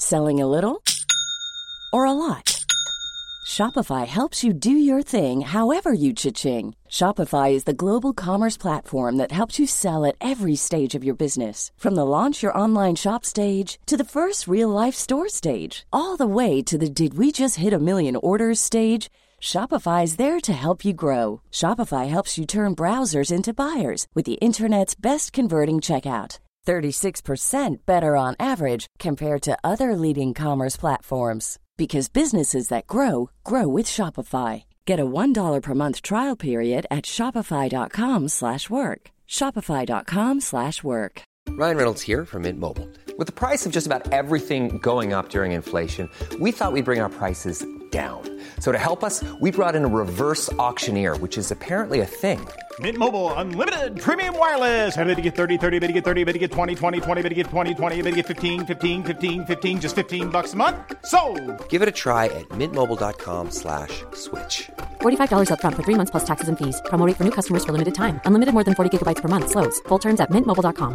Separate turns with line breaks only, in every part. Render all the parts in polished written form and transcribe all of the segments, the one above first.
Selling a little or a lot? Shopify helps you do your thing however you cha-ching. Shopify is the global commerce platform that helps you sell at every stage of your business. From the launch your online shop stage to the first real-life store stage, all the way to the did we just hit a million orders stage. Shopify is there to help you grow. Shopify helps you turn browsers into buyers with the internet's best converting checkout. 36% better on average compared to other leading commerce platforms. Because businesses that grow, grow with Shopify. Get a $1 per month trial period at shopify.com/work. Shopify.com/work.
Ryan Reynolds here from Mint Mobile. With the price of just about everything going up during inflation, we thought we'd bring our prices down. So to help us, we brought in a reverse auctioneer, which is apparently a thing.
Mint Mobile Unlimited Premium Wireless. How to get 30, 30, bit to get 30, bit to get 20, 20, 20, bit to get 20, 20, bit to get 15, 15, 15, 15, just $15 a month? Sold!
Give it a try at mintmobile.com/switch.
$45 up front for 3 months plus taxes and fees. Promo rate for new customers for limited time. Unlimited more than 40 gigabytes per month. Slows full terms at mintmobile.com.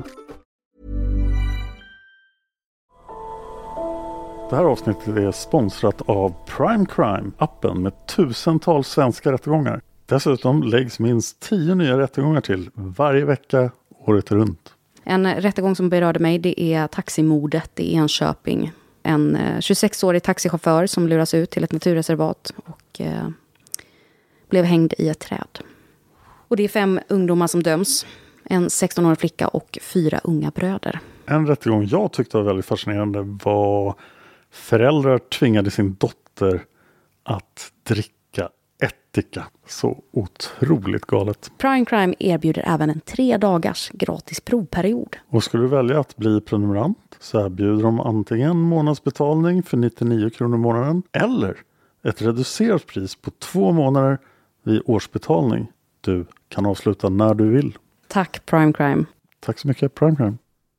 Det här avsnittet är sponsrat av Prime Crime, appen med tusentals svenska rättegångar. Dessutom läggs minst 10 nya rättegångar till varje vecka, året runt.
En rättegång som berörde mig, det är taximordet i Enköping. En 26-årig taxichaufför som luras ut till ett naturreservat och blev hängd i ett träd. Och det är 5 ungdomar som döms. En 16-årig flicka och 4 unga bröder.
En rättegång jag tyckte var väldigt fascinerande var föräldrar tvingade sin dotter att dricka ättika. Så otroligt galet.
Prime Crime erbjuder även en 3 dagars gratis provperiod.
Och skulle du välja att bli prenumerant så erbjuder de antingen månadsbetalning för 99 kronor i månaden eller ett reducerat pris på 2 månader vid årsbetalning. Du kan avsluta när du vill.
Tack Prime Crime.
Tack så mycket Prime Crime.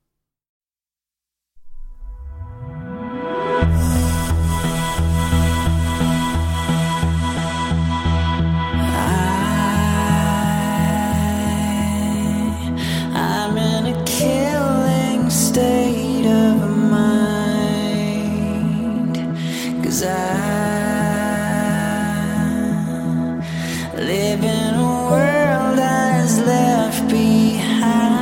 State of mind, 'cause I live in a world that is left behind,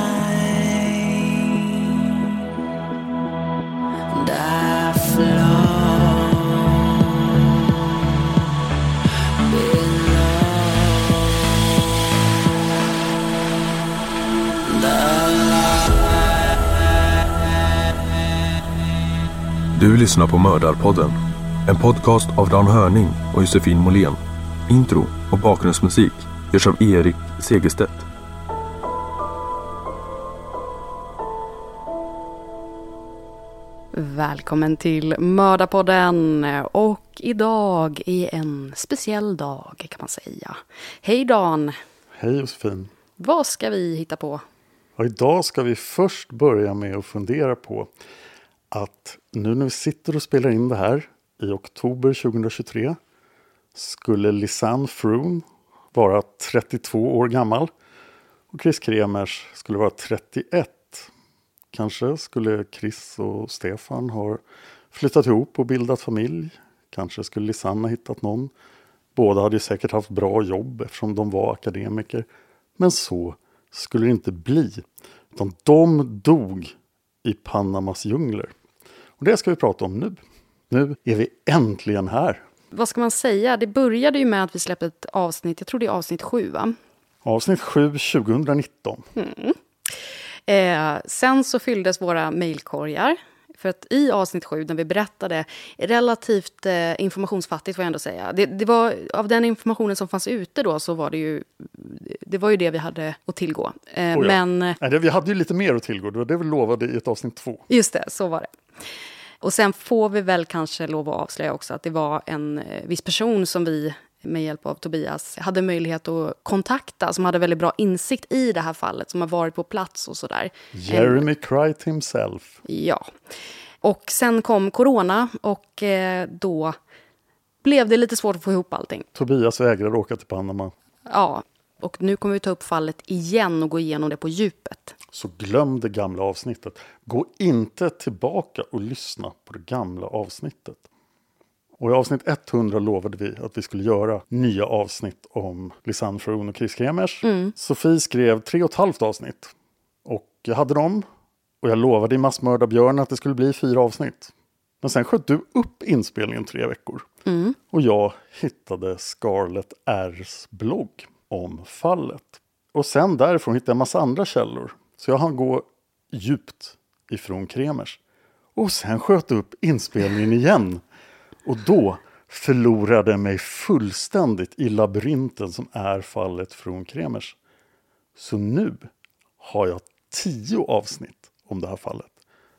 and I flow below the
Du lyssnar på Mördarpodden, en podcast av Dan Hörning och Josefin Måhlén. Intro och bakgrundsmusik görs av Erik Segerstedt.
Välkommen till Mördarpodden, och idag är en speciell dag kan man säga. Hej Dan!
Hej Josefin!
Vad ska vi hitta på?
Ja, idag ska vi först börja med att fundera på att nu när vi sitter och spelar in det här i oktober 2023 skulle Lisanne Froon vara 32 år gammal och Chris Kremers skulle vara 31. Kanske skulle Chris och Stefan ha flyttat ihop och bildat familj. Kanske skulle Lisanne ha hittat någon. Båda hade säkert haft bra jobb eftersom de var akademiker. Men så skulle det inte bli. Utan de dog i Panamas djungler. Och det ska vi prata om nu. Nu är vi äntligen här.
Vad ska man säga? Det började ju med att vi släppte ett avsnitt, jag tror det är avsnitt 7 va?
Avsnitt 7 2019.
Sen så fylldes våra mejlkorgar. För att i avsnitt 7 när vi berättade, relativt informationsfattigt får jag ändå säga. Det var, av den informationen som fanns ute då så var det var ju det vi hade att tillgå. Men
Nej, vi hade ju lite mer att tillgå, det var det vi lovade i ett avsnitt 2.
Just det, så var det. Och sen får vi väl kanske lov att avslöja också att det var en viss person som vi med hjälp av Tobias hade möjlighet att kontakta, som hade väldigt bra insikt i det här fallet, som har varit på plats och sådär.
Jeremy Cright himself.
Ja. Och sen kom corona och då blev det lite svårt att få ihop allting.
Tobias vägrade åka till Panama.
Ja, Och nu kommer vi ta upp fallet igen och gå igenom det på djupet.
Så glöm det gamla avsnittet. Gå inte tillbaka och lyssna på det gamla avsnittet. Och i avsnitt 100 lovade vi att vi skulle göra nya avsnitt om Lisanne Froon och Chris Kremers. Sofie skrev 3,5 avsnitt. Och jag hade dem. Och jag lovade i Massmördarbjörn att det skulle bli 4 avsnitt. Men sen sköt du upp inspelningen 3 veckor. Och jag hittade Scarlett R's blogg om fallet. Och sen därifrån hittade jag en massa andra källor. Så jag hann gå djupt ifrån Kremers. Och sen sköt upp inspelningen igen. Och då förlorade jag mig fullständigt i labyrinten som är fallet från Kremers. Så nu har jag 10 avsnitt om det här fallet.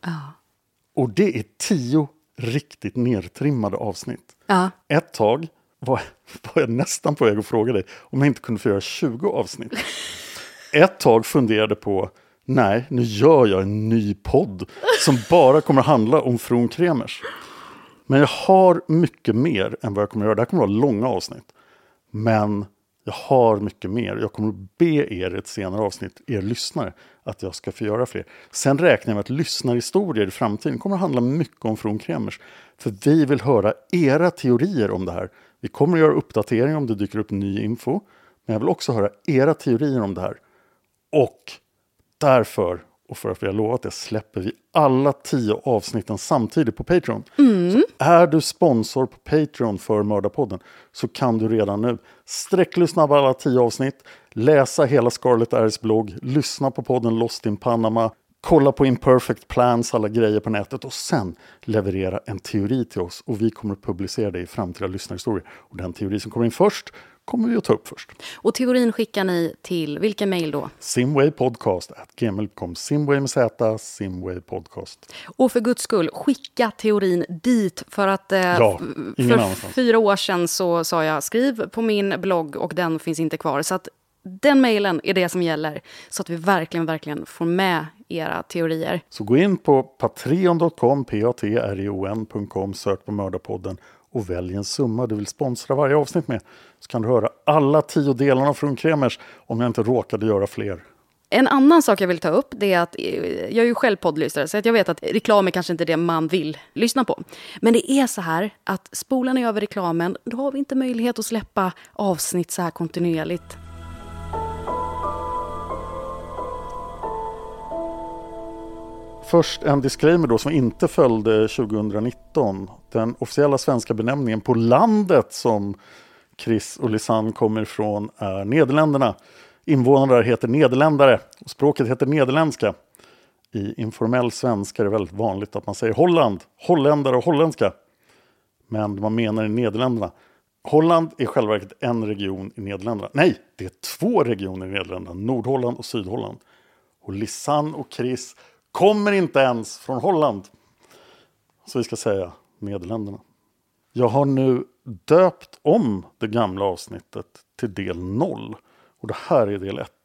Och det är 10 riktigt nedtrimmade avsnitt. Ett tag var jag nästan på väg att fråga dig om jag inte kunde få göra 20 avsnitt. Ett tag funderade på, nej, nu gör jag en ny podd som bara kommer att handla om Froon Kremers. Men jag har mycket mer än vad jag kommer att göra. Det här kommer att vara långa avsnitt. Men jag har mycket mer. Jag kommer att be er ett senare avsnitt, er lyssnare, att jag ska få göra fler. Sen räknar jag med att lyssnarhistorier i framtiden kommer att handla mycket om Froon Kremers. För vi vill höra era teorier om det här. Vi kommer att göra uppdateringar om det dyker upp ny info. Men jag vill också höra era teorier om det här. Och därför, och för att vi har lovat det, släpper vi alla 10 avsnitten samtidigt på Patreon. Så är du sponsor på Patreon för Mördarpodden så kan du redan nu sträcklyssna på alla 10 avsnitt, läsa hela Scarlett R's blogg, lyssna på podden Lost in Panama, kolla på Imperfect Plans, alla grejer på nätet och sen leverera en teori till oss. Och vi kommer att publicera det i framtida lyssnarhistorier. Och den teori som kommer in först kommer vi att ta upp först.
Och teorin skickar ni till vilken mejl då?
simwaypodcast@gmail.com. Simway med Z, Simway podcast.
Och för Guds skull, skicka teorin dit. För att för 4 år sedan så sa jag, skriv på min blogg och den finns inte kvar. Så att den mejlen är det som gäller. Så att vi verkligen får med era teorier.
Så gå in på patreon.com, patreon.com, sök på Mördarpodden och välj en summa du vill sponsra varje avsnitt med. Så kan du höra alla 10 delarna från Kremers om jag inte råkade göra fler.
En annan sak jag vill ta upp det är att jag är ju själv poddlyssnare så att jag vet att reklam är kanske inte det man vill lyssna på. Men det är så här att spolar ni över reklamen då har vi inte möjlighet att släppa avsnitt så här kontinuerligt.
Först en disclaimer då som inte följde 2019. Den officiella svenska benämningen på landet som Chris och Lisanne kommer ifrån är Nederländerna. Invånarna där heter nederländare och språket heter nederländska. I informell svenska är det väldigt vanligt att man säger Holland, holländare och holländska. Men man menar i Nederländerna. Holland är själva verket en region i Nederländerna. Nej, det är 2 regioner i Nederländerna. Nordholland och Sydholland. Och Lisanne och Chris kommer inte ens från Holland. Så vi ska säga Nederländerna. Jag har nu döpt om det gamla avsnittet till del 0. Och det här är del 1.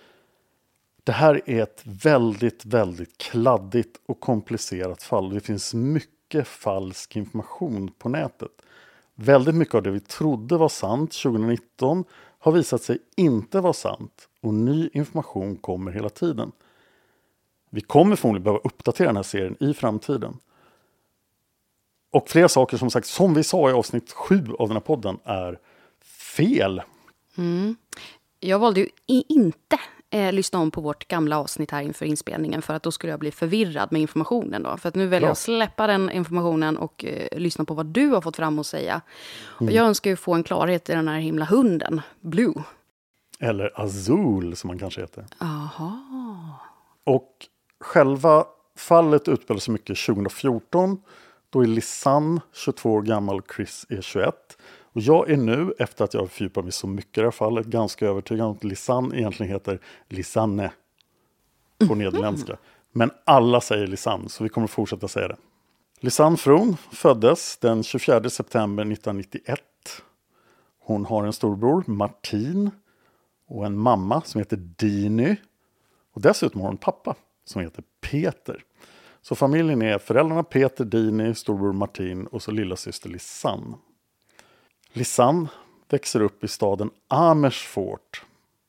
Det här är ett väldigt kladdigt och komplicerat fall. Det finns mycket falsk information på nätet. Väldigt mycket av det vi trodde var sant 2019 har visat sig inte vara sant. Och ny information kommer hela tiden. Vi kommer förmodligen behöva uppdatera den här serien i framtiden. Och flera saker som sagt, som vi sa i avsnitt 7 av den här podden, är fel.
Jag valde ju inte lyssna om på vårt gamla avsnitt här inför inspelningen för att då skulle jag bli förvirrad med informationen då. För att nu väljer jag att släppa den informationen och lyssna på vad du har fått fram att säga. Och jag önskar ju få en klarhet i den här himla hunden, Blue.
Eller Azul som man kanske heter.
Aha.
Och själva fallet utspelar sig mycket 2014. Då är Lisanne 22 år gammal och Chris är 21. Och jag är nu, efter att jag har fördjupat mig så mycket i det här fallet, ganska övertygad om att Lisanne egentligen heter Lisanne på nederländska. Men alla säger Lisanne, så vi kommer fortsätta säga det. Lisanne Froon föddes den 24 september 1991. Hon har en storbror, Martin, och en mamma som heter Dini. Och dessutom har hon en pappa som heter Peter. Så familjen är föräldrarna Peter, Dini, storbror Martin och så lilla syster Lisanne. Lisanne växer upp i staden Amersfoort.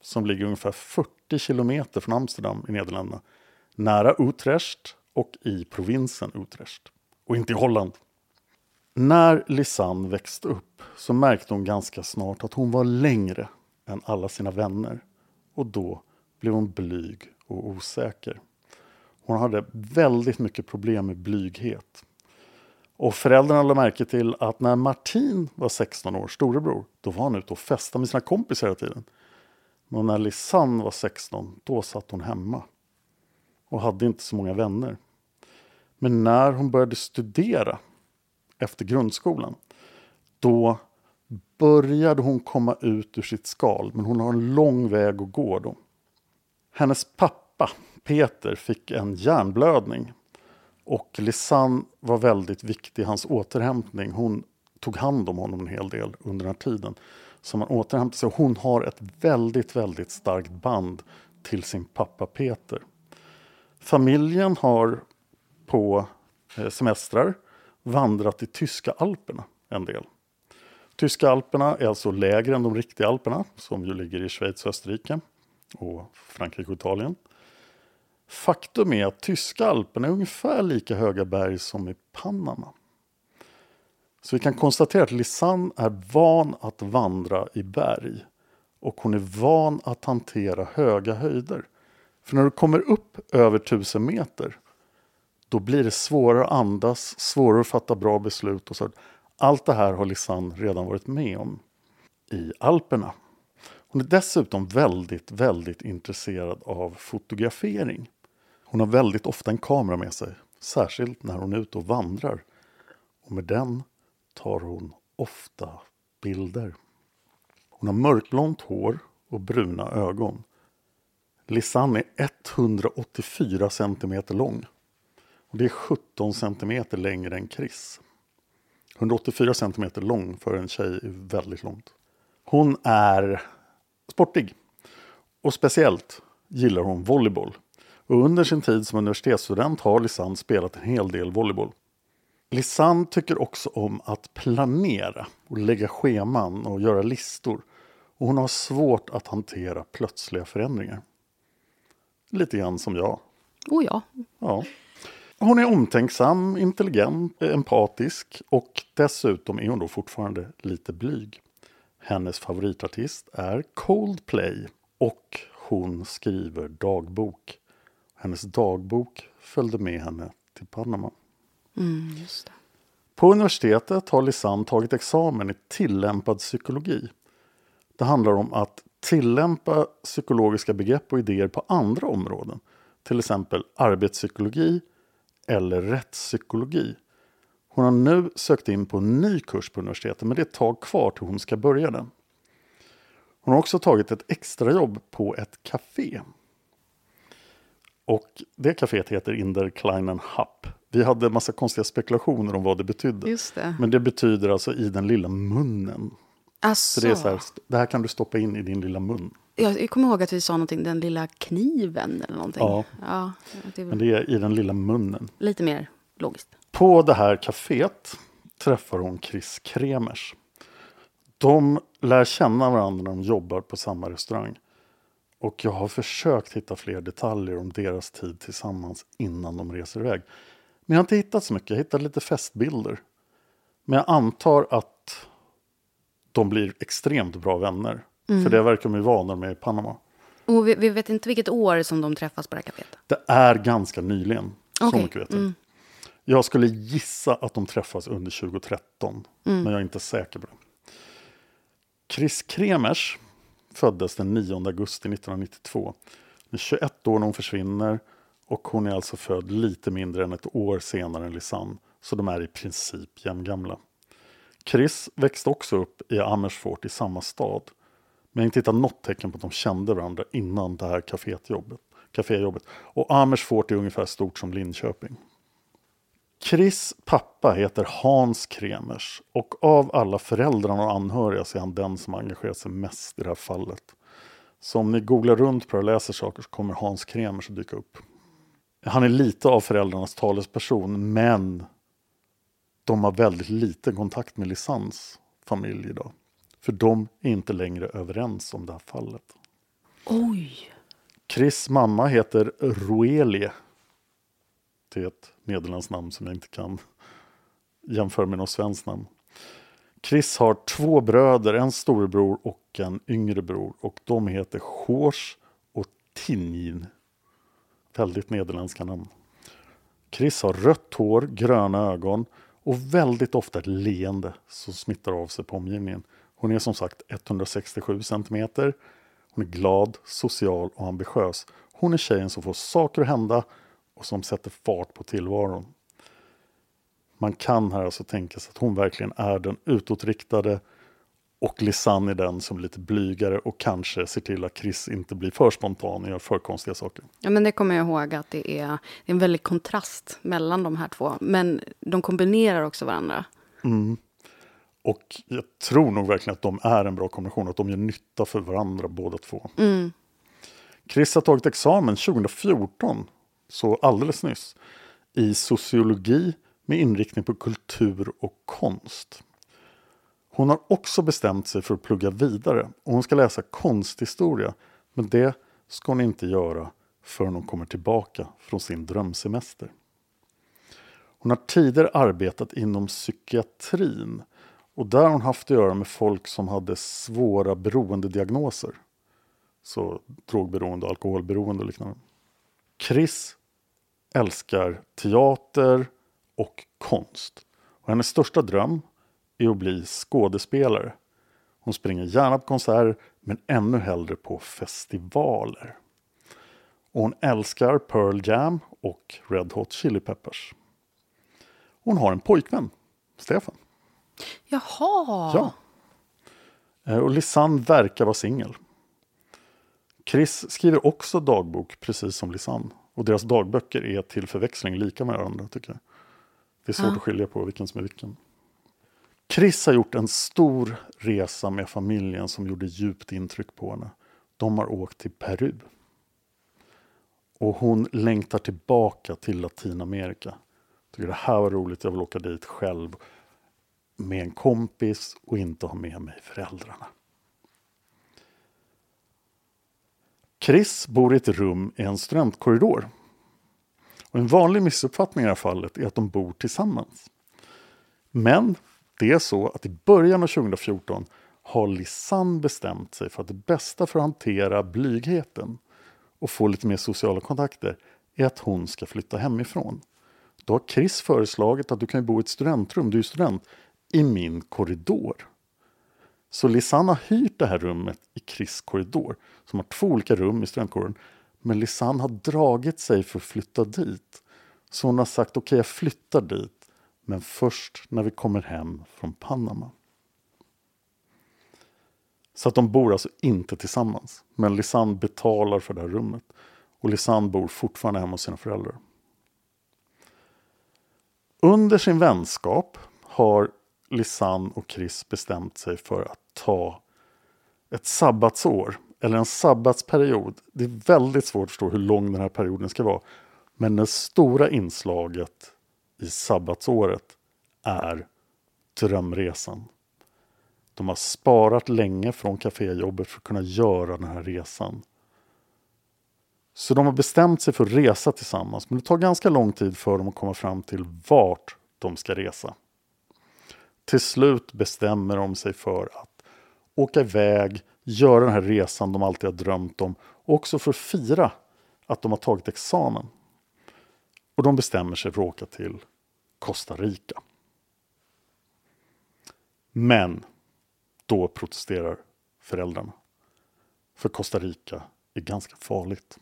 som ligger ungefär 40 kilometer från Amsterdam i Nederländerna. Nära Utrecht och i provinsen Utrecht. Och inte i Holland. När Lisanne växte upp så märkte hon ganska snart att hon var längre än alla sina vänner. Och då blev hon blyg och osäker. Hon hade väldigt mycket problem med blyghet. Och föräldrarna lade märke till att när Martin var 16 år, storebror, då var han ute och festade med sina kompisar hela tiden. Men när Lisanne var 16, då satt hon hemma. Och hade inte så många vänner. Men när hon började studera efter grundskolan, då började hon komma ut ur sitt skal. Men hon har en lång väg att gå då. Hennes pappa, Peter, fick en hjärnblödning. Och Lisanne var väldigt viktig i hans återhämtning. Hon tog hand om honom en hel del under den här tiden. Så man återhämtade sig. Hon har ett väldigt, väldigt starkt band till sin pappa Peter. Familjen har på semestrar vandrat i tyska Alperna en del. Tyska Alperna är alltså lägre än de riktiga Alperna, som ju ligger i Schweiz och Österrike och Frankrike och Italien. Faktum är att tyska Alperna är ungefär lika höga berg som i Panama. Så vi kan konstatera att Lisanne är van att vandra i berg. Och hon är van att hantera höga höjder. För när du kommer upp över 1000 meter, då blir det svårare att andas, svårare att fatta bra beslut. Och så. Allt det här har Lisanne redan varit med om i Alperna. Hon är dessutom väldigt, väldigt intresserad av fotografering. Hon har väldigt ofta en kamera med sig, särskilt när hon är ute och vandrar. Och med den tar hon ofta bilder. Hon har mörkblont hår och bruna ögon. Lisanne är 184 cm lång. Och det är 17 cm längre än Chris. 184 cm lång för en tjej är väldigt långt. Hon är sportig. Och speciellt gillar hon volleyboll. Och under sin tid som universitetsstudent har Lisanne spelat en hel del volleyboll. Lisanne tycker också om att planera och lägga scheman och göra listor. Och hon har svårt att hantera plötsliga förändringar. Lite grann som jag.
Oh ja.
Ja. Hon är omtänksam, intelligent, empatisk och dessutom är hon då fortfarande lite blyg. Hennes favoritartist är Coldplay och hon skriver dagbok. Hennes dagbok följde med henne till Panama.
Just det.
På universitetet har Lisanne tagit examen i tillämpad psykologi. Det handlar om att tillämpa psykologiska begrepp och idéer på andra områden. Till exempel arbetspsykologi eller rättspsykologi. Hon har nu sökt in på en ny kurs på universitetet, men det är ett tag kvar till hon ska börja den. Hon har också tagit ett extrajobb på ett café. Och det kaféet heter In der kleinen Hub. Vi hade en massa konstiga spekulationer om vad det betydde.
Just det.
Men det betyder alltså i den lilla munnen.
Alltså.
Så det är så här, det här kan du stoppa in i din lilla mun.
Jag kommer ihåg att vi sa någonting, den lilla kniven eller någonting.
Ja,
det var
men det är i den lilla munnen.
lite mer logiskt.
På det här kaféet träffar hon Chris Kremers. De lär känna varandra när de jobbar på samma restaurang. Och jag har försökt hitta fler detaljer om deras tid tillsammans innan de reser iväg. Men jag har inte hittat så mycket. Jag hittade lite festbilder. Men jag antar att de blir extremt bra vänner. För det verkar de ju vara när de är i Panama.
Och vi vet inte vilket år som de träffas på det här kaféet.
Det är ganska nyligen.
Okay.
Så mycket vet jag. Jag skulle gissa att de träffas under 2013. Men jag är inte säker på det. Chris Kremers föddes den 9 augusti 1992. Hon är 21 år när hon försvinner. Och hon är alltså född lite mindre än ett år senare än Lisanne. Så de är i princip jämngamla. Chris växte också upp i Amersfoort i samma stad. Men jag har inte hittat något tecken på att de kände varandra innan det här kaféjobbet. Och Amersfoort är ungefär stort som Linköping. Chris pappa heter Hans Kremers. Och av alla föräldrarna och anhöriga så är han den som engagerat sig mest i det här fallet. Så om ni googlar runt på det och läser saker så kommer Hans Kremers att dyka upp. Han är lite av föräldrarnas talesperson, men de har väldigt lite kontakt med Lisannes familj idag. För de är inte längre överens om det här fallet.
Oj!
Chris mamma heter Roelie. Det är ett nederländskt namn som jag inte kan jämföra med något svenskt namn. Chris har 2 bröder, en storebror och en yngre bror. Och de heter George och Tinjin. Väldigt nederländska namn. Chris har rött hår, gröna ögon och väldigt ofta ett leende som smittar av sig på omgivningen. Hon är som sagt 167 centimeter. Hon är glad, social och ambitiös. Hon är tjejen som får saker att hända och som sätter fart på tillvaron. Man kan här alltså tänka sig att hon verkligen är den utåtriktade och Lisanne är den som är lite blygare och kanske ser till att Chris inte blir för spontan och gör för konstiga saker.
Ja, men det kommer jag ihåg att det är en väldig kontrast mellan de här två. Men de kombinerar också varandra.
Mm. Och jag tror nog verkligen att de är en bra kombination. Att de gör nytta för varandra båda två.
Mm.
Chris har tagit examen 2014, så alldeles nyss, i sociologi med inriktning på kultur och konst. Hon har också bestämt sig för att plugga vidare och hon ska läsa konsthistoria, men det ska hon inte göra förrän hon kommer tillbaka från sin drömsemester. Hon har tidigare arbetat inom psykiatrin och där har hon haft att göra med folk som hade svåra beroendediagnoser. Så drogberoende, alkoholberoende och liknande. Chris älskar teater och konst. Och hennes största dröm är att bli skådespelare. Hon springer gärna på konserter men ännu hellre på festivaler. Och hon älskar Pearl Jam och Red Hot Chili Peppers. Hon har en pojkvän, Stefan.
Jaha!
Ja. Och Lisanne verkar vara singel. Chris skriver också dagbok precis som Lisanne. Och deras dagböcker är till förväxling lika med varandra tycker jag. Det är svårt att skilja på vilken som är vilken. Chris har gjort en stor resa med familjen som gjorde djupt intryck på henne. De har åkt till Peru. Och hon längtar tillbaka till Latinamerika. Tycker det här var roligt, jag vill åka dit själv med en kompis och inte ha med mig föräldrarna. Chris bor i ett rum i en studentkorridor. Och en vanlig missuppfattning i det här fallet är att de bor tillsammans. Men det är så att i början av 2014 har Lisanne bestämt sig för att det bästa för att hantera blygheten och få lite mer sociala kontakter är att hon ska flytta hemifrån. Då har Chris föreslagit att du kan bo i ett studentrum, du är student, i min korridor. Så Lisanne har hyrt det här rummet i Chris korridor som har 2 olika rum i studentkorridoren. Men Lisanne har dragit sig för att flytta dit. Så hon har sagt okej, jag flyttar dit. Men först när vi kommer hem från Panama. Så att de bor alltså inte tillsammans. Men Lisanne betalar för det här rummet. Och Lisanne bor fortfarande hemma hos sina föräldrar. Under sin vänskap har Lisanne och Chris bestämt sig för att ta ett sabbatsår. Eller en sabbatsperiod. Det är väldigt svårt att förstå hur lång den här perioden ska vara. Men det stora inslaget i sabbatsåret är drömresan. De har sparat länge från kaféjobbet för att kunna göra den här resan. Så de har bestämt sig för att resa tillsammans. Men det tar ganska lång tid för dem att komma fram till vart de ska resa. Till slut bestämmer de sig för att åka iväg, göra den här resan de alltid har drömt om. Och också för att fira att de har tagit examen. Och de bestämmer sig för att åka till Costa Rica. Men då protesterar föräldrarna. För Costa Rica är ganska farligt.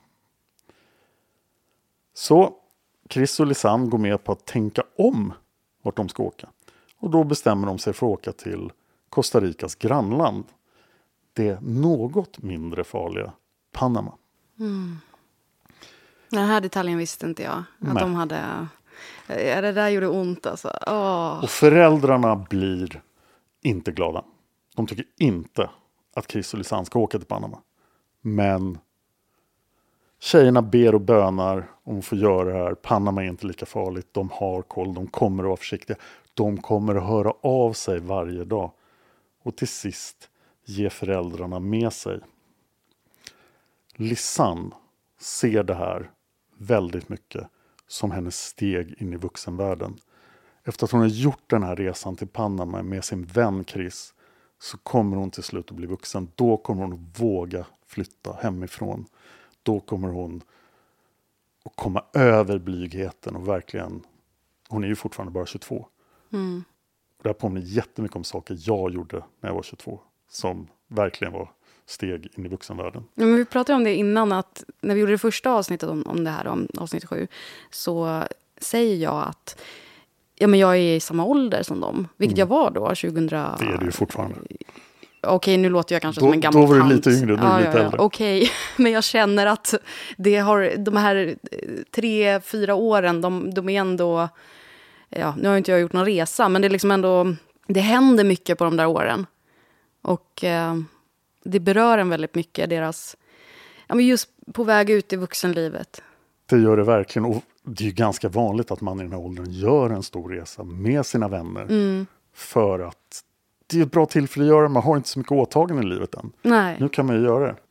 Så Chris och Lisanne går med på att tänka om vart de ska åka. Och då bestämmer de sig för att åka till Costa Ricas grannland. Det något mindre farliga Panama.
Mm. Den här detaljen visste inte jag. Att de hade... Ja, det där gjorde ont alltså.
Och föräldrarna blir inte glada. De tycker inte att Chris och Lisanne ska åka till Panama. Men tjejerna ber och bönar om att få göra det här. Panama är inte lika farligt. De har koll. De kommer att vara försiktiga. De kommer att höra av sig varje dag. Och till sist ger föräldrarna med sig. Lisanne ser det här väldigt mycket som hennes steg in i vuxenvärlden. Efter att hon har gjort den här resan till Panama med sin vän Chris, så kommer hon till slut att bli vuxen. Då kommer hon att våga flytta hemifrån. Då kommer hon att komma över blygheten och verkligen, hon är ju fortfarande bara 22. Mm. Det här påminner jättemycket om saker jag gjorde när jag var 22 som verkligen var steg in i vuxenvärlden.
Ja, men vi pratade om det innan, att när vi gjorde det första avsnittet om det här, om avsnitt 7, så säger jag att men jag är i samma ålder som dem. Vilket jag var då, 2000... Det
är du ju fortfarande.
Okej, nu låter jag kanske som en gammal tant.
Då var du lite yngre, nu är du lite äldre.
Okej, men jag känner att de här 3-4 åren, de är ändå... Ja, nu har inte jag gjort någon resa, men det är liksom ändå... Det händer mycket på de där åren. Och det berör en väldigt mycket, deras... Ja, men just på väg ut i vuxenlivet.
Det gör det verkligen, och det är ju ganska vanligt att man i den här åldern gör en stor resa med sina vänner. Mm. För att det är ett bra tillfälle att göra, man har inte så mycket åtagande i livet än.
Nej.
Nu kan man ju göra det.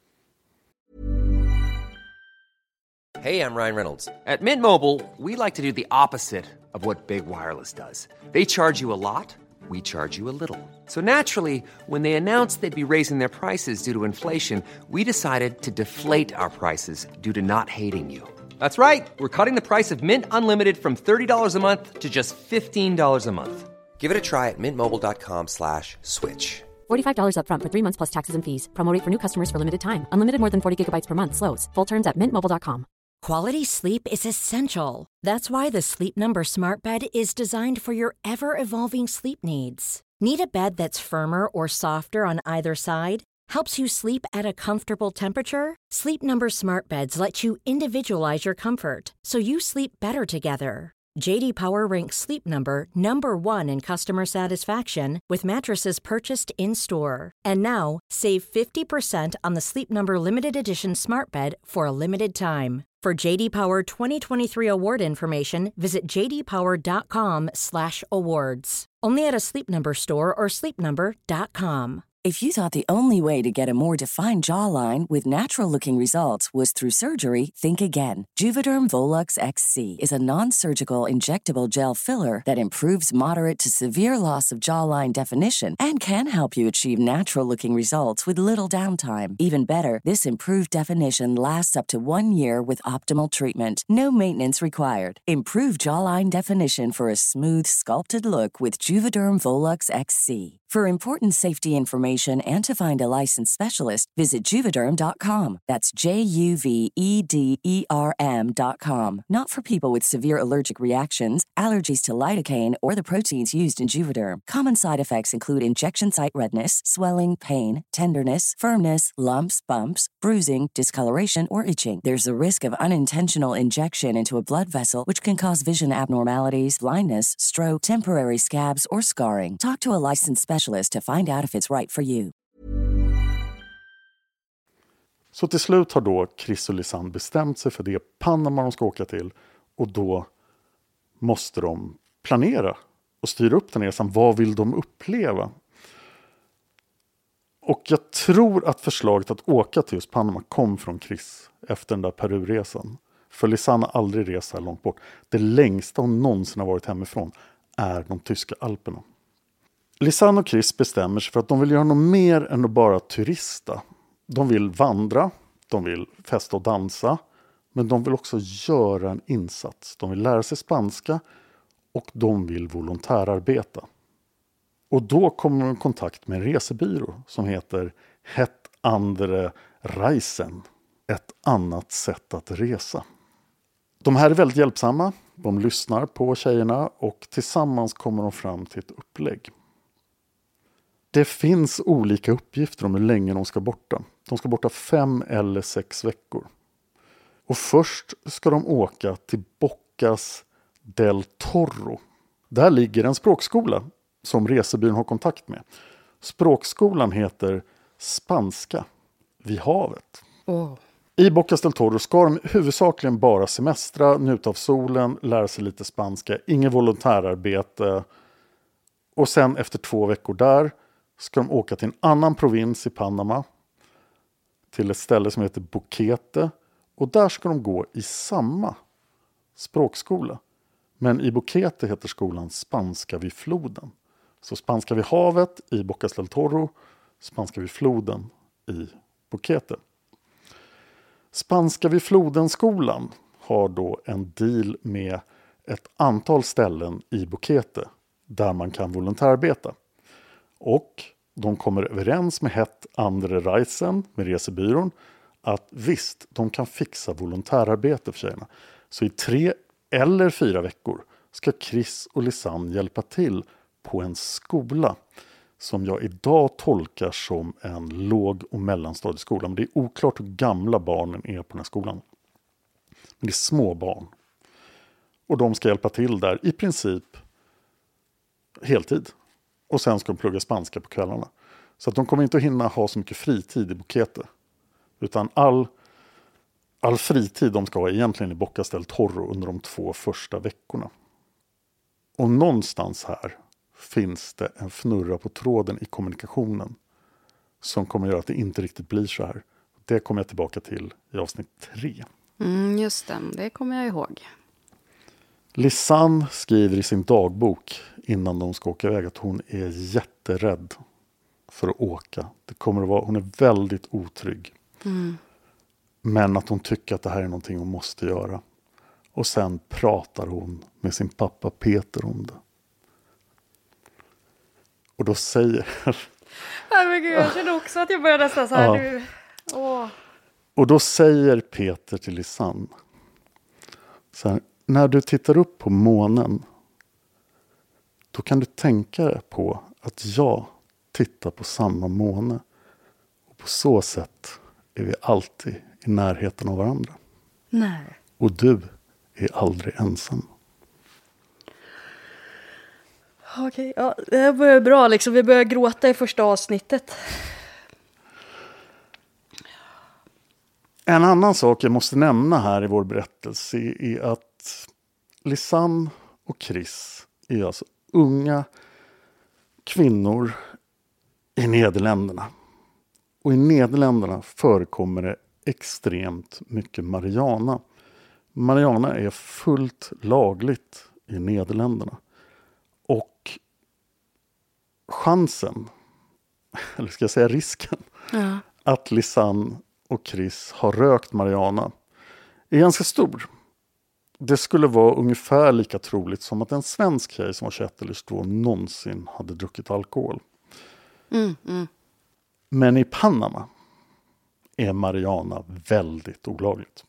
Hey, I'm Ryan Reynolds. At Mint Mobile, we like to do the opposite of what Big Wireless does. They charge you a lot, we charge you a little. So naturally, when they announced they'd be raising their prices due to inflation, we decided to deflate our prices due to not hating you. That's right. We're cutting the price of Mint Unlimited from $30 a month to just $15 a month. Give it a try at mintmobile.com/switch.
$45 up front for 3 months plus taxes and fees. Promo rate for new customers for limited time. Unlimited more than 40 gigabytes per month. Slows full terms at mintmobile.com.
Quality sleep is essential. That's why the Sleep Number Smart Bed is designed for your ever-evolving sleep needs. Need a bed that's firmer or softer on either side? Helps you sleep at a comfortable temperature? Sleep Number Smart Beds let you individualize your comfort, so you sleep better together. J.D. Power ranks Sleep Number #1 in customer satisfaction with mattresses purchased in-store. And now, save 50% on the Sleep Number Limited Edition Smart Bed for a limited time. For J.D. Power 2023 award information, visit jdpower.com/awards. Only at a Sleep Number store or sleepnumber.com.
If you thought the only way to get a more defined jawline with natural-looking results was through surgery, think again. Juvederm Volux XC is a non-surgical injectable gel filler that improves moderate to severe loss of jawline definition and can help you achieve natural-looking results with little downtime. Even better, this improved definition lasts up to 1 year with optimal treatment. No maintenance required. Improve jawline definition for a smooth, sculpted look with Juvederm Volux XC. For important safety information and to find a licensed specialist, visit Juvederm.com. That's JUVEDERM.com. Not for people with severe allergic reactions, allergies to lidocaine, or the proteins used in Juvederm. Common side effects include injection site redness, swelling, pain, tenderness, firmness, lumps, bumps, bruising, discoloration, or itching. There's a risk of unintentional injection into a blood vessel, which can cause vision abnormalities, blindness, stroke, temporary scabs, or scarring. Talk to a licensed specialist to find out if it's right for you.
Så till slut har då Chris och Lisanne bestämt sig för det Panama de ska åka till, och då måste de planera och styra upp den här resan. Vad vill de uppleva? Och jag tror att förslaget att åka till just Panama kom från Chris efter den där Peru-resan. För Lisanne har aldrig rest så här långt bort. Det längsta hon någonsin har varit hemifrån är de tyska Alperna. Lisanne och Chris bestämmer sig för att de vill göra något mer än att bara turista. De vill vandra, de vill festa och dansa, men de vill också göra en insats. De vill lära sig spanska och de vill volontärarbeta. Och då kommer de i kontakt med en resebyrå som heter Het Andere Reisen. Ett annat sätt att resa. De här är väldigt hjälpsamma, de lyssnar på tjejerna och tillsammans kommer de fram till ett upplägg. Det finns olika uppgifter om hur länge de ska borta. De ska borta 5 eller 6 veckor. Och först ska de åka till Bocas del Toro. Där ligger en språkskola som resebyrån har kontakt med. Språkskolan heter Spanska vid havet. I Bocas del Toro ska de huvudsakligen bara semestra, njuta av solen, lära sig lite spanska, inget volontärarbete. Och sen efter 2 veckor där ska de åka till en annan provins i Panama. till ett ställe som heter Boquete. Och där ska de gå i samma språkskola. Men i Boquete heter skolan Spanska vid floden. Så Spanska vid havet i Bocas del Toro, Spanska vid floden i Boquete. Spanska vid floden-skolan har då en deal med ett antal ställen i Boquete där man kan volontärarbeta. Och de kommer överens med Het Andre Reisen, med resebyrån, att visst, de kan fixa volontärarbete för tjejerna. Så i 3 eller 4 veckor ska Chris och Lisanne hjälpa till på en skola som jag idag tolkar som en låg- och mellanstadieskola. Men det är oklart hur gamla barnen är på den här skolan. Men det är små barn. Och de ska hjälpa till där i princip heltid. Och sen ska de plugga spanska på kvällarna. Så att de kommer inte att hinna ha så mycket fritid i Boquete. Utan all fritid de ska ha egentligen i Bocas del Toro under de 2 första veckorna. Och någonstans här finns det en fnurra på tråden i kommunikationen som kommer göra att det inte riktigt blir så här. Det kommer jag tillbaka till i avsnitt 3.
Just det kommer jag ihåg.
Lisanne skriver i sin dagbok innan de ska åka iväg att hon är jätterädd för att åka. Hon är väldigt otrygg. Men att hon tycker att det här är någonting hon måste göra. Och sen pratar hon med sin pappa Peter om det. Och då säger...
Jag känner också att jag börjar nästan så här nu.
Och då säger Peter till Lisanne så här: när du tittar upp på månen, då kan du tänka dig på att jag tittar på samma måne. Och på så sätt är vi alltid i närheten av varandra.
Nej.
Och du är aldrig ensam.
Okej, det här börjar bra liksom. Vi börjar gråta i första avsnittet.
En annan sak jag måste nämna här i vår berättelse är att Lisanne och Chris är alltså unga kvinnor i Nederländerna. Och i Nederländerna förekommer det extremt mycket marijuana. Marijuana är fullt lagligt i Nederländerna. Och chansen, eller ska jag säga risken, att Lisanne och Chris har rökt marijuana är ganska stor. Det skulle vara ungefär lika troligt som att en svensk tjej som var 21 eller 22 någonsin hade druckit alkohol. Men i Panama är marijuana väldigt olagligt.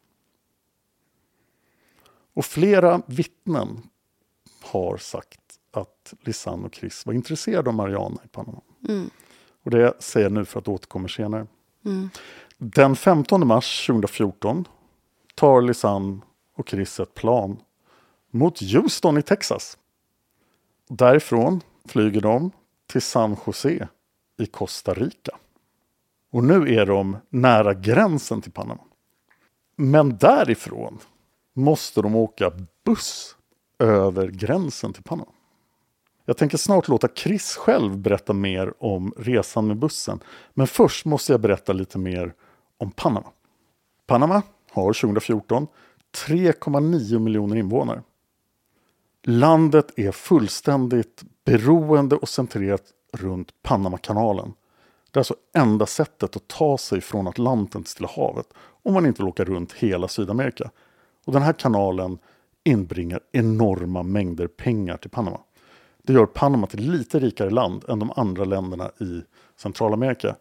Och flera vittnen har sagt att Lisanne och Chris var intresserade av marijuana i Panama. Och det säger jag nu för att återkomma senare. Den 15 mars 2014 tar Lisanne och Chris ett plan mot Houston i Texas. Därifrån flyger de till San Jose i Costa Rica. Och nu är de nära gränsen till Panama. Men därifrån måste de åka buss över gränsen till Panama. Jag tänker snart låta Chris själv berätta mer om resan med bussen. Men först måste jag berätta lite mer om Panama. Panama har 2014 3,9 miljoner invånare. Landet är fullständigt beroende och centrerat runt Panamakanalen. Det är alltså enda sättet att ta sig från Atlanten till Stilla havet om man inte vill åka runt hela Sydamerika. Och den här kanalen inbringar enorma mängder pengar till Panama. Det gör Panama till lite rikare land än de andra länderna i Centralamerika.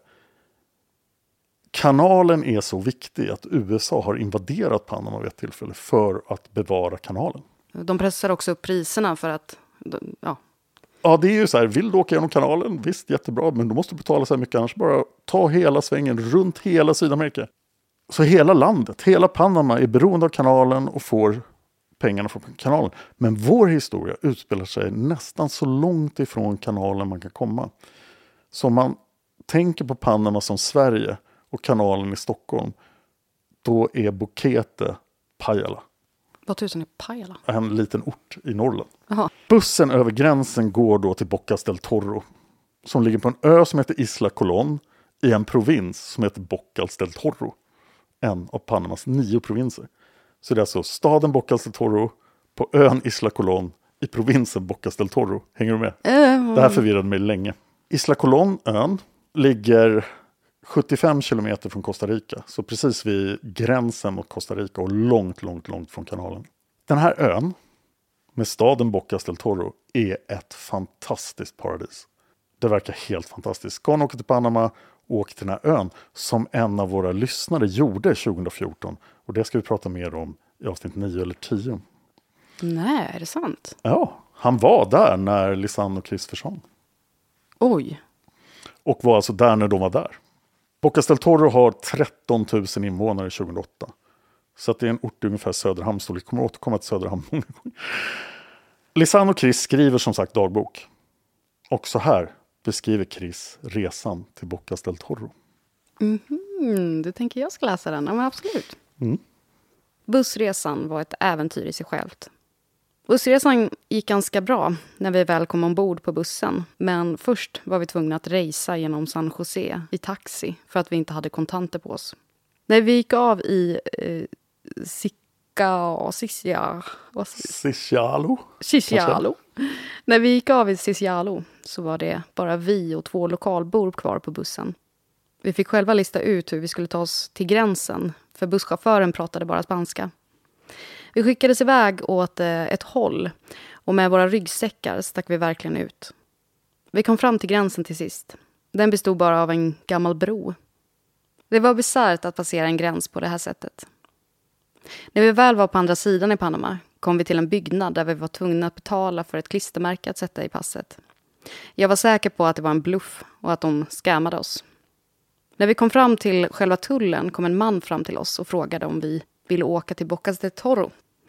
Kanalen är så viktig att USA har invaderat Panama vid ett tillfälle för att bevara kanalen.
De pressar också upp priserna för att...
Ja, det är ju så här, vill du åka genom kanalen? Visst, jättebra, men du måste betala så här mycket, annars bara ta hela svängen runt hela Sydamerika. Så hela landet, hela Panama är beroende av kanalen och får pengarna från kanalen. Men vår historia utspelar sig nästan så långt ifrån kanalen man kan komma. Så om man tänker på Panama som Sverige och kanalen i Stockholm, då är Boquete Pajala.
Vad tusen är Pajala?
En liten ort i Norrland.
Aha.
Bussen över gränsen går då till Bocas del Toro, som ligger på en ö som heter Isla Colón i en provins som heter Bocas del Toro. En av Panamas 9 provinser. Så det är alltså staden Bocas del Toro på ön Isla Colón i provinsen Bocas del Toro. Hänger du med? Det här förvirrade mig länge. Isla Colón, ön, ligger 75 kilometer från Costa Rica. Så precis vid gränsen mot Costa Rica och långt från kanalen. Den här ön med staden Bocas del Toro är ett fantastiskt paradis. Det verkar helt fantastiskt. Ska ni åka till Panama, åk till den här ön som en av våra lyssnare gjorde 2014. Och det ska vi prata mer om i avsnitt 9 eller 10.
Nej, är det sant?
Ja, han var där när Lisanne och Chris försvann.
Oj.
Och var alltså där när de var där. Bocas del Toro har 13 000 invånare 2008. Så att det är en ort ungefär Söderhamn-storlek. Kommer återkomma till Söderhamn många gånger. Lisanne och Chris skriver som sagt dagbok. Och så här beskriver Chris resan till Bocas del Toro.
Du tänker jag ska läsa den? Ja, men absolut.
Mm.
Bussresan var ett äventyr i sig självt. Bussresan gick ganska bra när vi väl kom ombord på bussen. Men först var vi tvungna att resa genom San Jose i taxi för att vi inte hade kontanter på oss. När vi gick av i Cicialo. När vi gick av i Cicialo så var det bara vi och 2 lokalbor kvar på bussen. Vi fick själva lista ut hur vi skulle ta oss till gränsen, för busschauffören pratade bara spanska. Vi skickades iväg åt ett håll och med våra ryggsäckar stack vi verkligen ut. Vi kom fram till gränsen till sist. Den bestod bara av en gammal bro. Det var bisarrt att passera en gräns på det här sättet. När vi väl var på andra sidan i Panama kom vi till en byggnad där vi var tvungna att betala för ett klistermärke att sätta i passet. Jag var säker på att det var en bluff och att de skämmade oss. När vi kom fram till själva tullen kom en man fram till oss och frågade om vi ville åka till Bocas del Toro.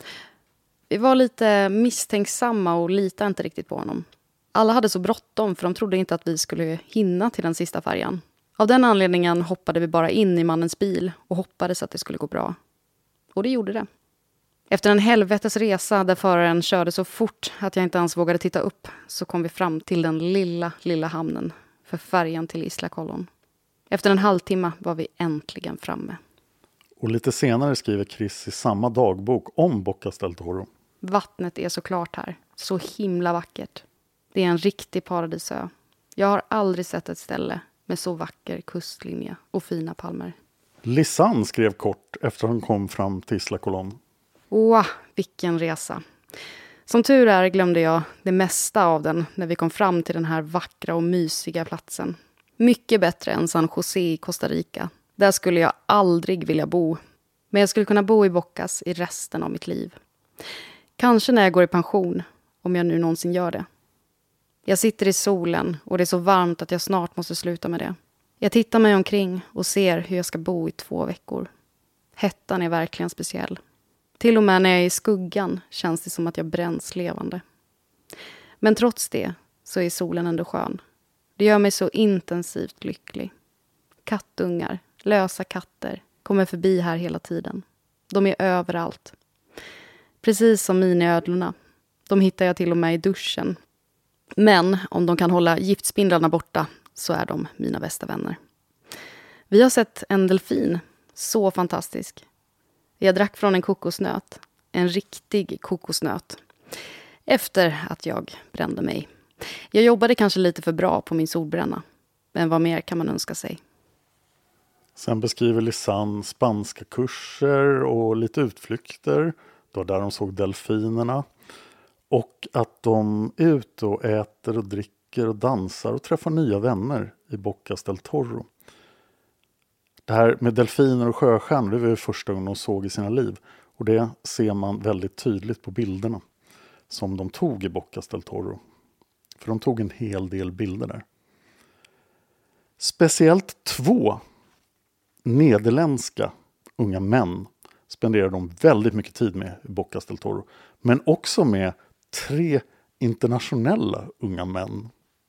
Vi var lite misstänksamma och litade inte riktigt på honom. Alla hade så bråttom för de trodde inte att vi skulle hinna till den sista färjan. Av den anledningen hoppade vi bara in i mannens bil och hoppades att det skulle gå bra. Och det gjorde det. Efter en helvetes resa där föraren körde så fort att jag inte ens vågade titta upp så kom vi fram till den lilla hamnen för färjan till Isla Colón. Efter en halvtimme var vi äntligen framme.
Och lite senare skriver Chris i samma dagbok om Bocas del Toro.
Vattnet är så klart här. Så himla vackert. Det är en riktig paradisö. Jag har aldrig sett ett ställe med så vacker kustlinje och fina palmer.
Lisanne skrev kort efter hon kom fram till Isla Colón.
Wow, vilken resa. Som tur är glömde jag det mesta av den när vi kom fram till den här vackra och mysiga platsen. Mycket bättre än San Jose i Costa Rica. Där skulle jag aldrig vilja bo. Men jag skulle kunna bo i Bocas i resten av mitt liv. Kanske när jag går i pension, om jag nu någonsin gör det. Jag sitter i solen och det är så varmt att jag snart måste sluta med det. Jag tittar mig omkring och ser hur jag ska bo i 2 veckor. Hettan är verkligen speciell. Till och med när jag är i skuggan känns det som att jag bränns levande. Men trots det så är solen ändå skön. Det gör mig så intensivt lycklig. Kattungar, lösa katter, kommer förbi här hela tiden. De är överallt. Precis som miniödlorna. De hittar jag till och med i duschen. Men om de kan hålla giftspindlarna borta så är de mina bästa vänner. Vi har sett en delfin. Så fantastisk. Jag drack från en kokosnöt. En riktig kokosnöt. Efter att jag brände mig. Jag jobbade kanske lite för bra på min solbränna. Men vad mer kan man önska sig?
Sen beskriver Lisanne spanska kurser och lite utflykter. Det var där de såg delfinerna. Och att de är ute och äter och dricker och dansar och träffar nya vänner i Bocas del Toro. Det här med delfiner och sjöstjärnor, det var det första gången de såg i sina liv. Och det ser man väldigt tydligt på bilderna som de tog i Bocas del Toro. För de tog en hel del bilder där. Speciellt 2 nederländska unga män spenderar de väldigt mycket tid med i Bocas del Toro. Men också med 3 internationella unga män.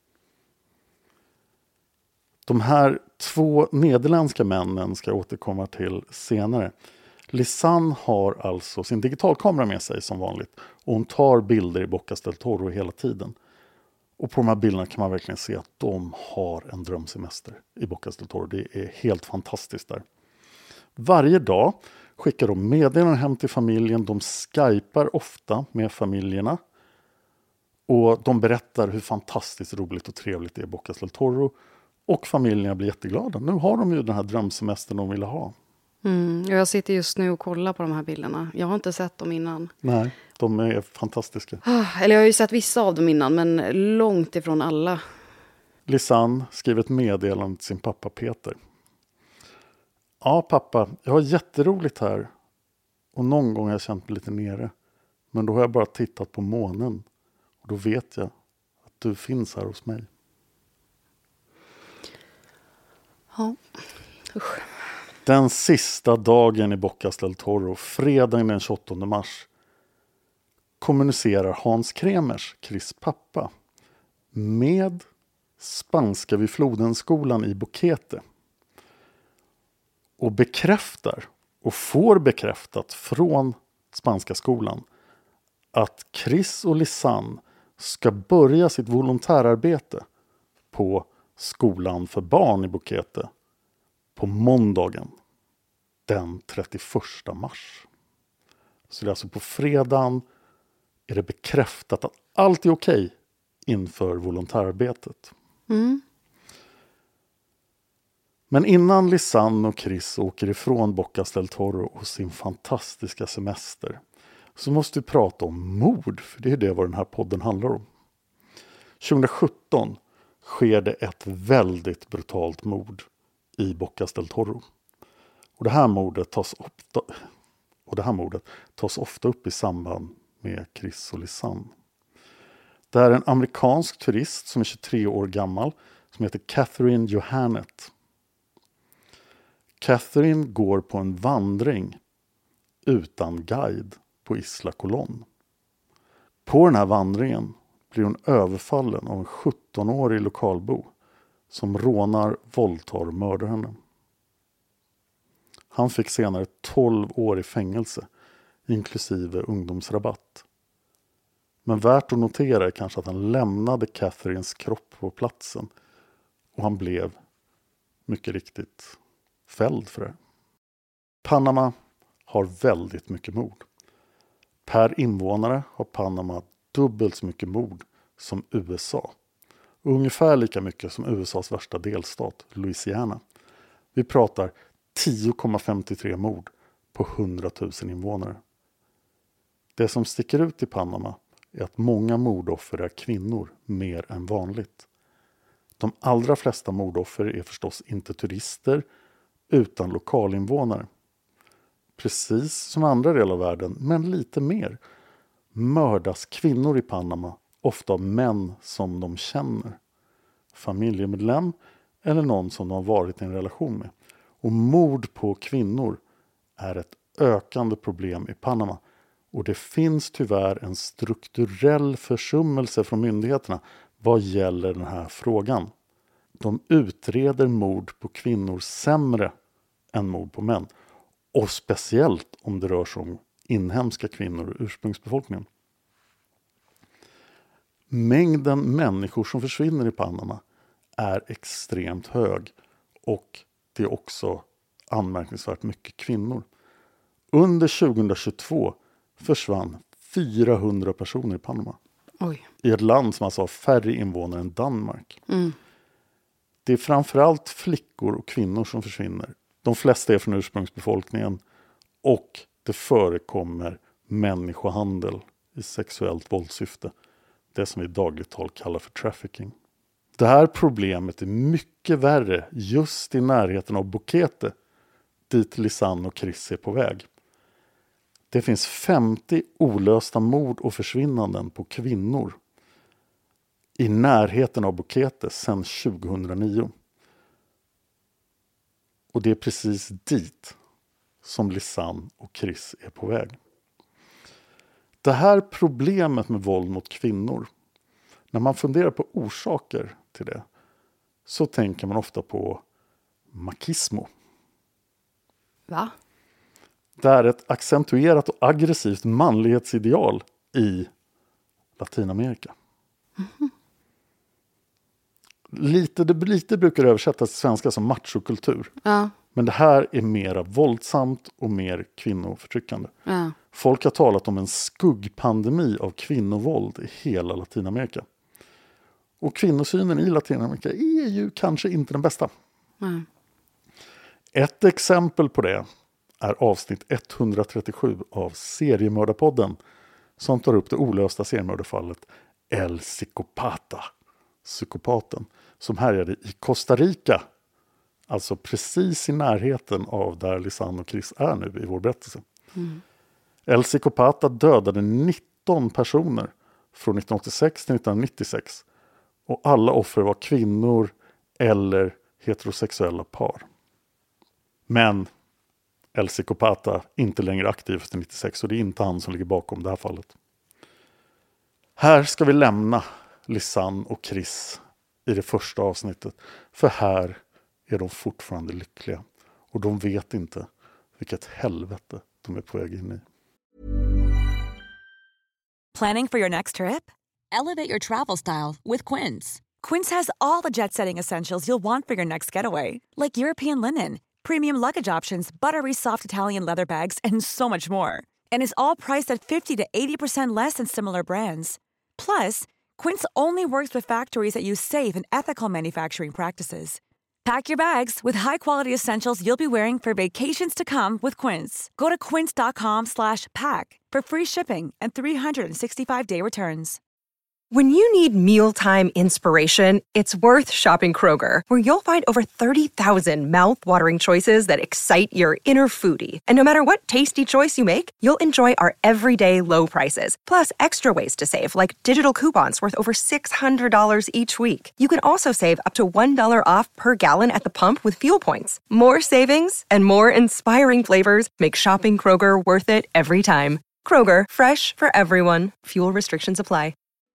De här 2 nederländska männen ska jag återkomma till senare. Lisanne har alltså sin digitalkamera med sig som vanligt. Och hon tar bilder i Bocas del Toro hela tiden. Och på de här bilderna kan man verkligen se att de har en drömsemester i Bocas del Toro. Det är helt fantastiskt där. Varje dag skickar de meddelanden hem till familjen. De skypar ofta med familjerna. Och de berättar hur fantastiskt roligt och trevligt det är i Bocas del Toro. Och familjerna blir jätteglada. Nu har de ju den här drömsemestern de ville ha.
Jag sitter just nu och kollar på de här bilderna. Jag har inte sett dem innan.
Nej, de är fantastiska.
Eller jag har ju sett vissa av dem innan, men långt ifrån alla.
Lisanne skriver ett meddelande till sin pappa Peter. Ja pappa, jag har jätteroligt här. Och någon gång har jag känt mig lite nere. Men då har jag bara tittat på månen. Och då vet jag att du finns här hos mig.
Ja, usch.
Den sista dagen i Bocas del Toro, fredagen den 28 mars, kommunicerar Hans Kremers, Chris pappa, med Spanska vid floden-skolan i Boquete. Och bekräftar och får bekräftat från Spanska skolan att Chris och Lisanne ska börja sitt volontärarbete på skolan för barn i Boquete på måndagen den 31 mars. Så det är alltså på fredagen är det bekräftat att allt är okej inför volontärarbetet. Men innan Lisanne och Chris åker ifrån Bocas del Toro och sin fantastiska semester så måste vi prata om mord, för det är det vad den här podden handlar om. 2017 sker det ett väldigt brutalt mord i Bocas del Toro. Och det här mordet tas ofta upp i samband med Chris och Lisanne. Det är en amerikansk turist som är 23 år gammal som heter Catherine Johannet. Catherine går på en vandring utan guide på Isla Colón. På den här vandringen blir hon överfallen av en 17-årig lokalbo som rånar, våldtar och mördar henne. Han fick senare 12 år i fängelse, inklusive ungdomsrabatt. Men värt att notera är kanske att han lämnade Catherines kropp på platsen och han blev mycket riktigt fälld för det. Panama har väldigt mycket mord. Per invånare har Panama dubbelt så mycket mord som USA. Och ungefär lika mycket som USAs värsta delstat, Louisiana. Vi pratar 10,53 mord på 100 000 invånare. Det som sticker ut i Panama är att många mordoffer är kvinnor mer än vanligt. De allra flesta mordoffer är förstås inte turister utan lokalinvånare. Precis som andra delar av världen, men lite mer, mördas kvinnor i Panama ofta av män som de känner. Familjemedlem eller någon som de har varit i en relation med. Och mord på kvinnor är ett ökande problem i Panama. Och det finns tyvärr en strukturell försummelse från myndigheterna vad gäller den här frågan. De utreder mord på kvinnor sämre än mord på män. Och speciellt om det rör sig om inhemska kvinnor och ursprungsbefolkningen. Mängden människor som försvinner i Panama är extremt hög. Och det är också anmärkningsvärt mycket kvinnor. Under 2022 försvann 400 personer i Panama.
Oj.
I ett land som alltså har färre invånare än Danmark. Det är framförallt flickor och kvinnor som försvinner. De flesta är från ursprungsbefolkningen och det förekommer människohandel i sexuellt våldssyfte. Det som vi i dagligt tal kallar för trafficking. Det här problemet är mycket värre just i närheten av Boquete, dit Lisanne och Chris är på väg. Det finns 50 olösta mord och försvinnanden på kvinnor i närheten av Boquete sedan 2009. Och det är precis dit som Lisanne och Chris är på väg. Det här problemet med våld mot kvinnor, när man funderar på orsaker till det, så tänker man ofta på machismo.
Va?
Det är ett accentuerat och aggressivt manlighetsideal i Latinamerika. lite brukar översättas till svenska som machokultur.
Ja.
Men det här är mera våldsamt och mer kvinnoförtryckande.
Ja.
Folk har talat om en skuggpandemi av kvinnovåld i hela Latinamerika. Och kvinnosynen i Latinamerika är ju kanske inte den bästa.
Mm.
Ett exempel på det är avsnitt 137 av Seriemördarpodden som tar upp det olösta seriemördarfallet El Psicopata, psykopaten, som härjade i Costa Rica. Alltså precis i närheten av där Lisanne och Chris är nu i vår berättelse.
Mm.
El Psicopata dödade 19 personer från 1986 till 1996. Och alla offer var kvinnor eller heterosexuella par. Men El Psicopata inte längre aktiv efter 96, och det är inte han som ligger bakom det här fallet. Här ska vi lämna Lisanne och Chris i det första avsnittet. För här är de fortfarande lyckliga. Och de vet inte vilket helvete de är på väg in i.
Planning for your next trip? Elevate your travel style with Quince. Quince has all the jet-setting essentials you'll want for your next getaway. Like European linen, premium luggage options, buttery soft Italian leather bags, and so much more. And is all priced at 50 to 80% less than similar brands. Plus, Quince only works with factories that use safe and ethical manufacturing practices. Pack your bags with high-quality essentials you'll be wearing for vacations to come with Quince. Go to quince.com/pack for free shipping and 365-day returns.
When you need mealtime inspiration, it's worth shopping Kroger, where you'll find over 30,000 mouth-watering choices that excite your inner foodie. And no matter what tasty choice you make, you'll enjoy our everyday low prices, plus extra ways to save, like digital coupons worth over $600 each week. You can also save up to $1 off per gallon at the pump with fuel points. More savings and more inspiring flavors make shopping Kroger worth it every time. Kroger, fresh for everyone. Fuel restrictions apply.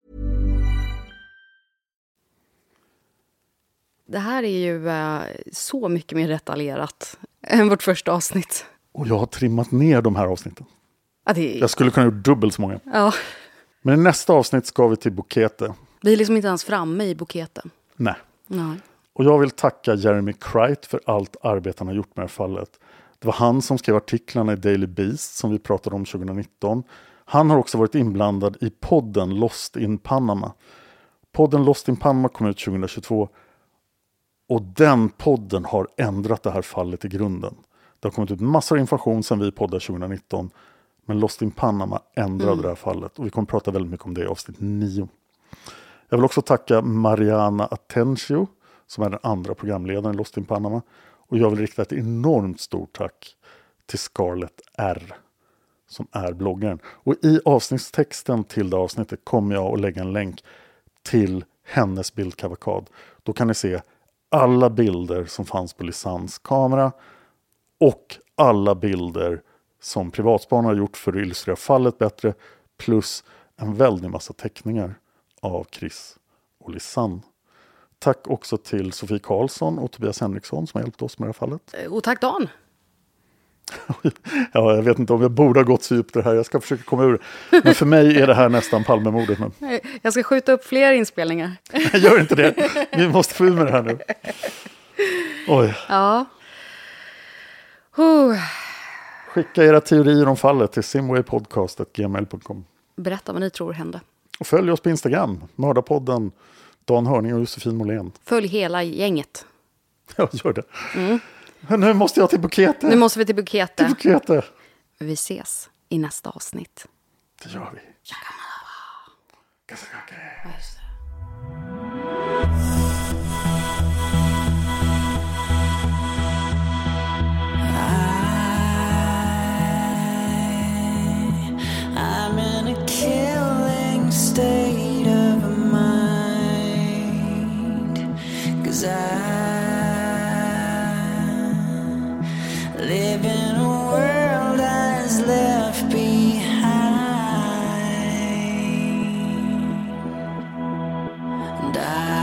Det här är ju så mycket mer detaljerat än vårt första avsnitt.
Och jag har trimmat ner de här avsnitten.
Ja,
Jag skulle kunna göra dubbelt så många.
Ja.
Men i nästa avsnitt ska vi till Bukete.
Vi är liksom inte ens framme i Buketen.
Nej.
Nej.
Och jag vill tacka Jeremy Cright för allt arbete han har gjort med det här fallet. Det var han som skrev artiklarna i Daily Beast som vi pratade om 2019. Han har också varit inblandad i podden Lost in Panama. Podden Lost in Panama kom ut 2022. Och den podden har ändrat det här fallet i grunden. Det har kommit ut massor av information sedan vi poddade 2019. Men Lost in Panama ändrade det här fallet. Och vi kommer prata väldigt mycket om det i avsnitt 9. Jag vill också tacka Mariana Atencio, som är den andra programledaren i Lost in Panama. Och jag vill rikta ett enormt stort tack till Scarlett R, som är bloggaren. Och i avsnittstexten till det avsnittet kommer jag att lägga en länk till hennes bildkavalkad. Då kan ni se alla bilder som fanns på Lisannes kamera och alla bilder som privatspanare har gjort för att illustrera fallet bättre, plus en väldig massa teckningar av Chris och Lisanne. Tack också till Sofie Karlsson och Tobias Henriksson som har hjälpt oss med det här fallet.
Och tack Dan.
Ja, jag vet inte om jag borde ha gått så djupt det här. Jag ska försöka komma ur. Men för mig är det här nästan Palmemordet nu.
Jag ska skjuta upp fler inspelningar.
Gör inte det. Vi måste få ur med det här nu. Oj.
Ja.
Skicka era teorier om fallet till simwaypodcast@gmail.com.
Berätta vad ni tror hände.
Och följ oss på Instagram. Mördarpodden, Dan Hörning och Josefin Måhlén.
Följ hela gänget.
Ja, gör det. Men nu måste jag till Bukete.
Nu måste vi till Bukete.
Till Bukete.
Vi ses i nästa avsnitt.
Det gör vi.
I'm in a killing state of mind, 'cause I live in a world that is left behind, and I